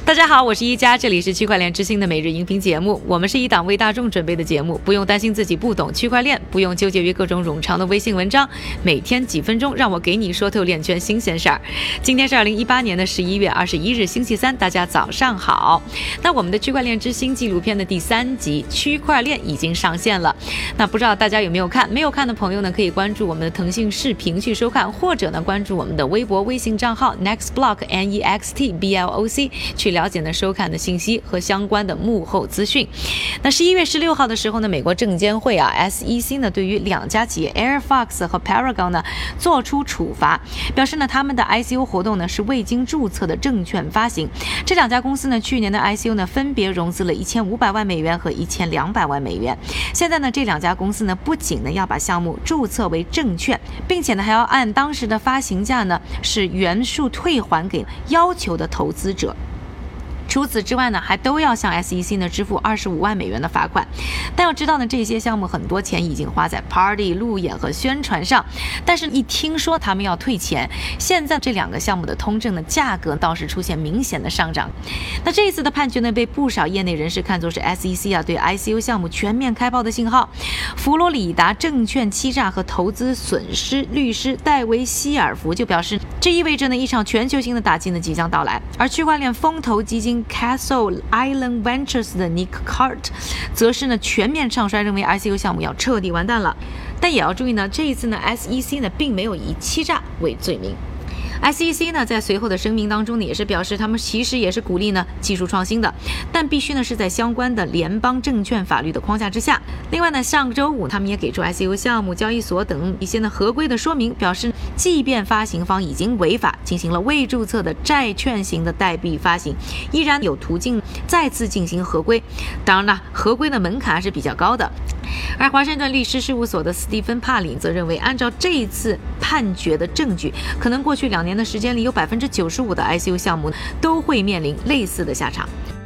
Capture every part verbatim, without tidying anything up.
大家好，我是一加，这里是区块链之星的每日音频节目。我们是一档为大众准备的节目，不用担心自己不懂区块链，不用纠结于各种冗长的微信文章，每天几分钟，让我给你说透链圈新鲜事儿。今天是二零一八年的十一月二十一日，星期三，大家早上好。那我们的区块链之星纪录片的第三集《区块链》已经上线了，那不知道大家有没有看？没有看的朋友呢，可以关注我们的腾讯视频去收看，或者呢关注我们的微博、微信账号 Nextblock N E X T B L O C 去了解呢收看的信息和相关的幕后资讯。那十一月十六号的时候呢，美国证监会啊 S E C 呢对于两家企业 Airfox 和 Paragon 呢做出处罚，表示呢他们的 I C O 活动呢是未经注册的证券发行。这两家公司呢去年的 I C O 呢分别融资了一千五百万美元和一千两百万美元。现在呢这两家公司呢不仅呢要把项目注册为证券，并且呢还要按当时的发行价呢是原数退还给要求的投资者。除此之外呢，还都要向 S E C 呢支付二十五万美元的罚款。但要知道呢，这些项目很多钱已经花在 party 路演和宣传上，但是一听说他们要退钱，现在这两个项目的通证的价格倒是出现明显的上涨。那这一次的判决呢，被不少业内人士看作是 S E C 啊对 I C O 项目全面开炮的信号。佛罗里达证券欺诈和投资损失律师戴维希尔福就表示，这意味着呢一场全球性的打击呢即将到来。而区块链风投基金Castle Island Ventures 的 Nick Cart 则是呢全面唱衰，认为 I C O 项目要彻底完蛋了。但也要注意呢，这一次呢 S E C 呢并没有以欺诈为罪名。S E C 呢在随后的声明当中呢也是表示，他们其实也是鼓励呢技术创新的，但必须呢是在相关的联邦证券法律的框架之下。另外呢，上周五他们也给出 I C O 项目、交易所等一些呢合规的说明，表示即便发行方已经违法进行了未注册的债券型的代币发行，依然有途径再次进行合规。当然了，合规的门槛还是比较高的。而华盛顿律师事务所的斯蒂芬·帕林则认为，按照这一次判决的证据，可能过去两年的时间里有百分之九十五的 I C O 项目都会面临类似的下场。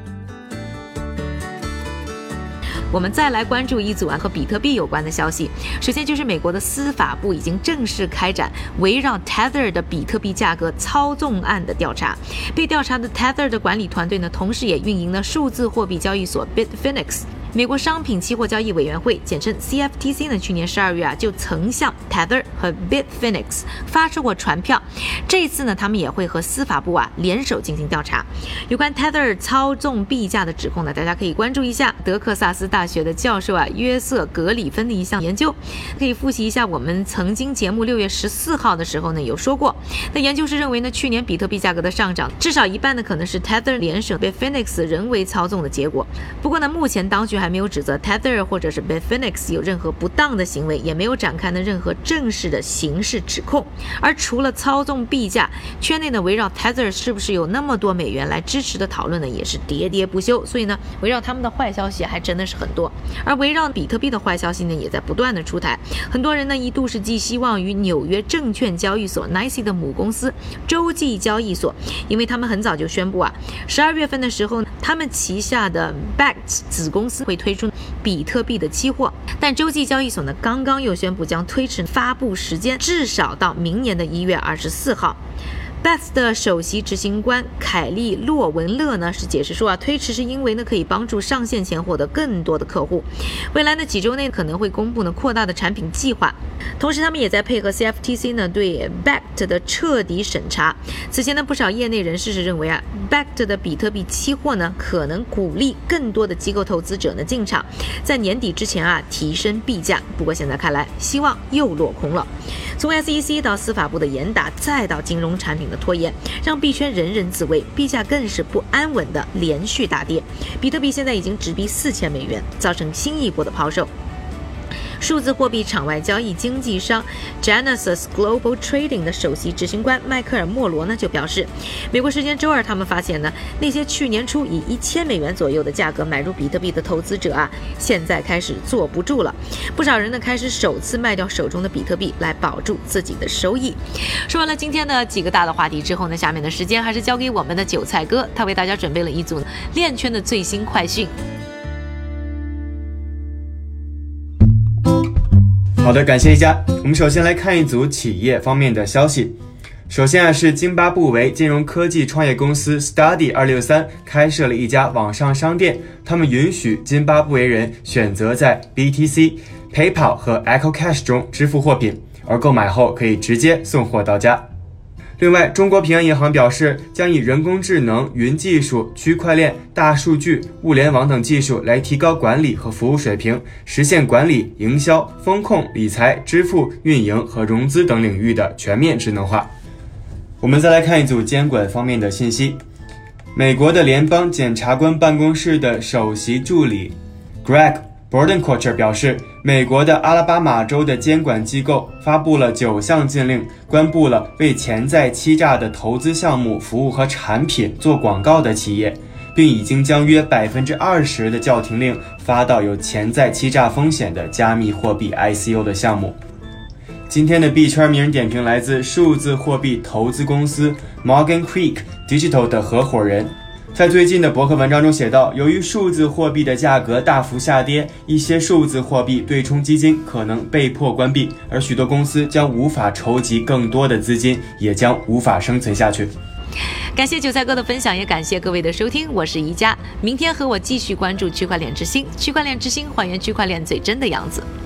我们再来关注一组啊和比特币有关的消息。首先就是美国的司法部已经正式开展围绕 Tether 的比特币价格操纵案的调查。被调查的 Tether 的管理团队呢，同时也运营了数字货币交易所 Bitfinex。美国商品期货交易委员会简称 C F T C 呢，去年十二月啊就曾向 Tether 和 Bitfinex 发出过传票。这次呢，他们也会和司法部啊联手进行调查。有关 Tether 操纵币价的指控呢，大家可以关注一下德克萨斯大学的教授啊约瑟格里芬的一项研究，可以复习一下我们曾经节目六月十四号的时候呢有说过。那研究是认为呢，去年比特币价格的上涨至少一半呢可能是 Tether 联手 Bitfinex 人为操纵的结果。不过呢，目前当局还没有指责 Tether 或者是 Bitfinex 有任何不当的行为，也没有展开呢任何正式的刑事指控。而除了操纵币价，圈内呢围绕 Tether 是不是有那么多美元来支持的讨论呢也是喋喋不休，所以呢围绕他们的坏消息还真的是很多。而围绕比特币的坏消息呢也在不断的出台。很多人呢一度是寄希望于纽约证券交易所 N Y S E 的母公司洲际交易所，因为他们很早就宣布啊十二月份的时候他们旗下的 Bakkt 子公司会推出比特币的期货。但洲际交易所呢刚刚又宣布将推迟发布时间，至少到明年的一月二十四号。Bakkt 的首席执行官凯利·洛文勒呢是解释说啊，推迟是因为呢可以帮助上线前获得更多的客户。未来呢几周内可能会公布呢扩大的产品计划。同时他们也在配合 C F T C 呢对 Bakkt 的彻底审查。此前呢不少业内人士是认为啊 Bakkt 的比特币期货呢可能鼓励更多的机构投资者呢进场，在年底之前啊提升币价。不过现在看来希望又落空了。从 S E C 到司法部的严打，再到金融产品的拖延，让币圈人人自危，币价更是不安稳的连续大跌。比特币现在已经直逼四千美元，造成新一波的抛售。数字货币场外交易经纪商 Genesis Global Trading 的首席执行官迈克尔·莫罗呢就表示，美国时间周二他们发现呢，那些去年初以一千美元左右的价格买入比特币的投资者啊，现在开始坐不住了。不少人呢开始首次卖掉手中的比特币来保住自己的收益。说完了今天的几个大的话题之后呢，下面的时间还是交给我们的韭菜哥，他为大家准备了一组链圈的最新快讯。 好的，感谢一家。我们首先来看一组企业方面的消息。 首先啊，是津巴布韦金融科技创业公司 Study 二六三开设了一家网上商店，他们允许津巴布韦人选择在 B T C、PayPal 和 Echo Cash 中支付货品，而购买后可以直接送货到家。另外，中国平安银行表示，将以人工智能、云技术、区块链、大数据、物联网等技术来提高管理和服务水平，实现管理、营销、风控、理财、支付、运营和融资等领域的全面智能化。我们再来看一组监管方面的信息。美国的联邦检察官办公室的首席助理 Greg Bordenkocher 表示，美国的阿拉巴马州的监管机构发布了九项禁令，关闭了为潜在欺诈的投资项目、服务和产品做广告的企业，并已经将约 百分之二十 的叫停令发到有潜在欺诈风险的加密货币 I C O 的项目。今天的币圈名人点评来自数字货币投资公司 Morgan Creek Digital 的合伙人，在最近的博客文章中写道，由于数字货币的价格大幅下跌，一些数字货币对冲基金可能被迫关闭，而许多公司将无法筹集更多的资金，也将无法生存下去。 感谢韭菜哥的分享，也感谢各位的收听，我是宜家，明天和我继续关注区块链之星，区块链之星还原区块链最真的样子。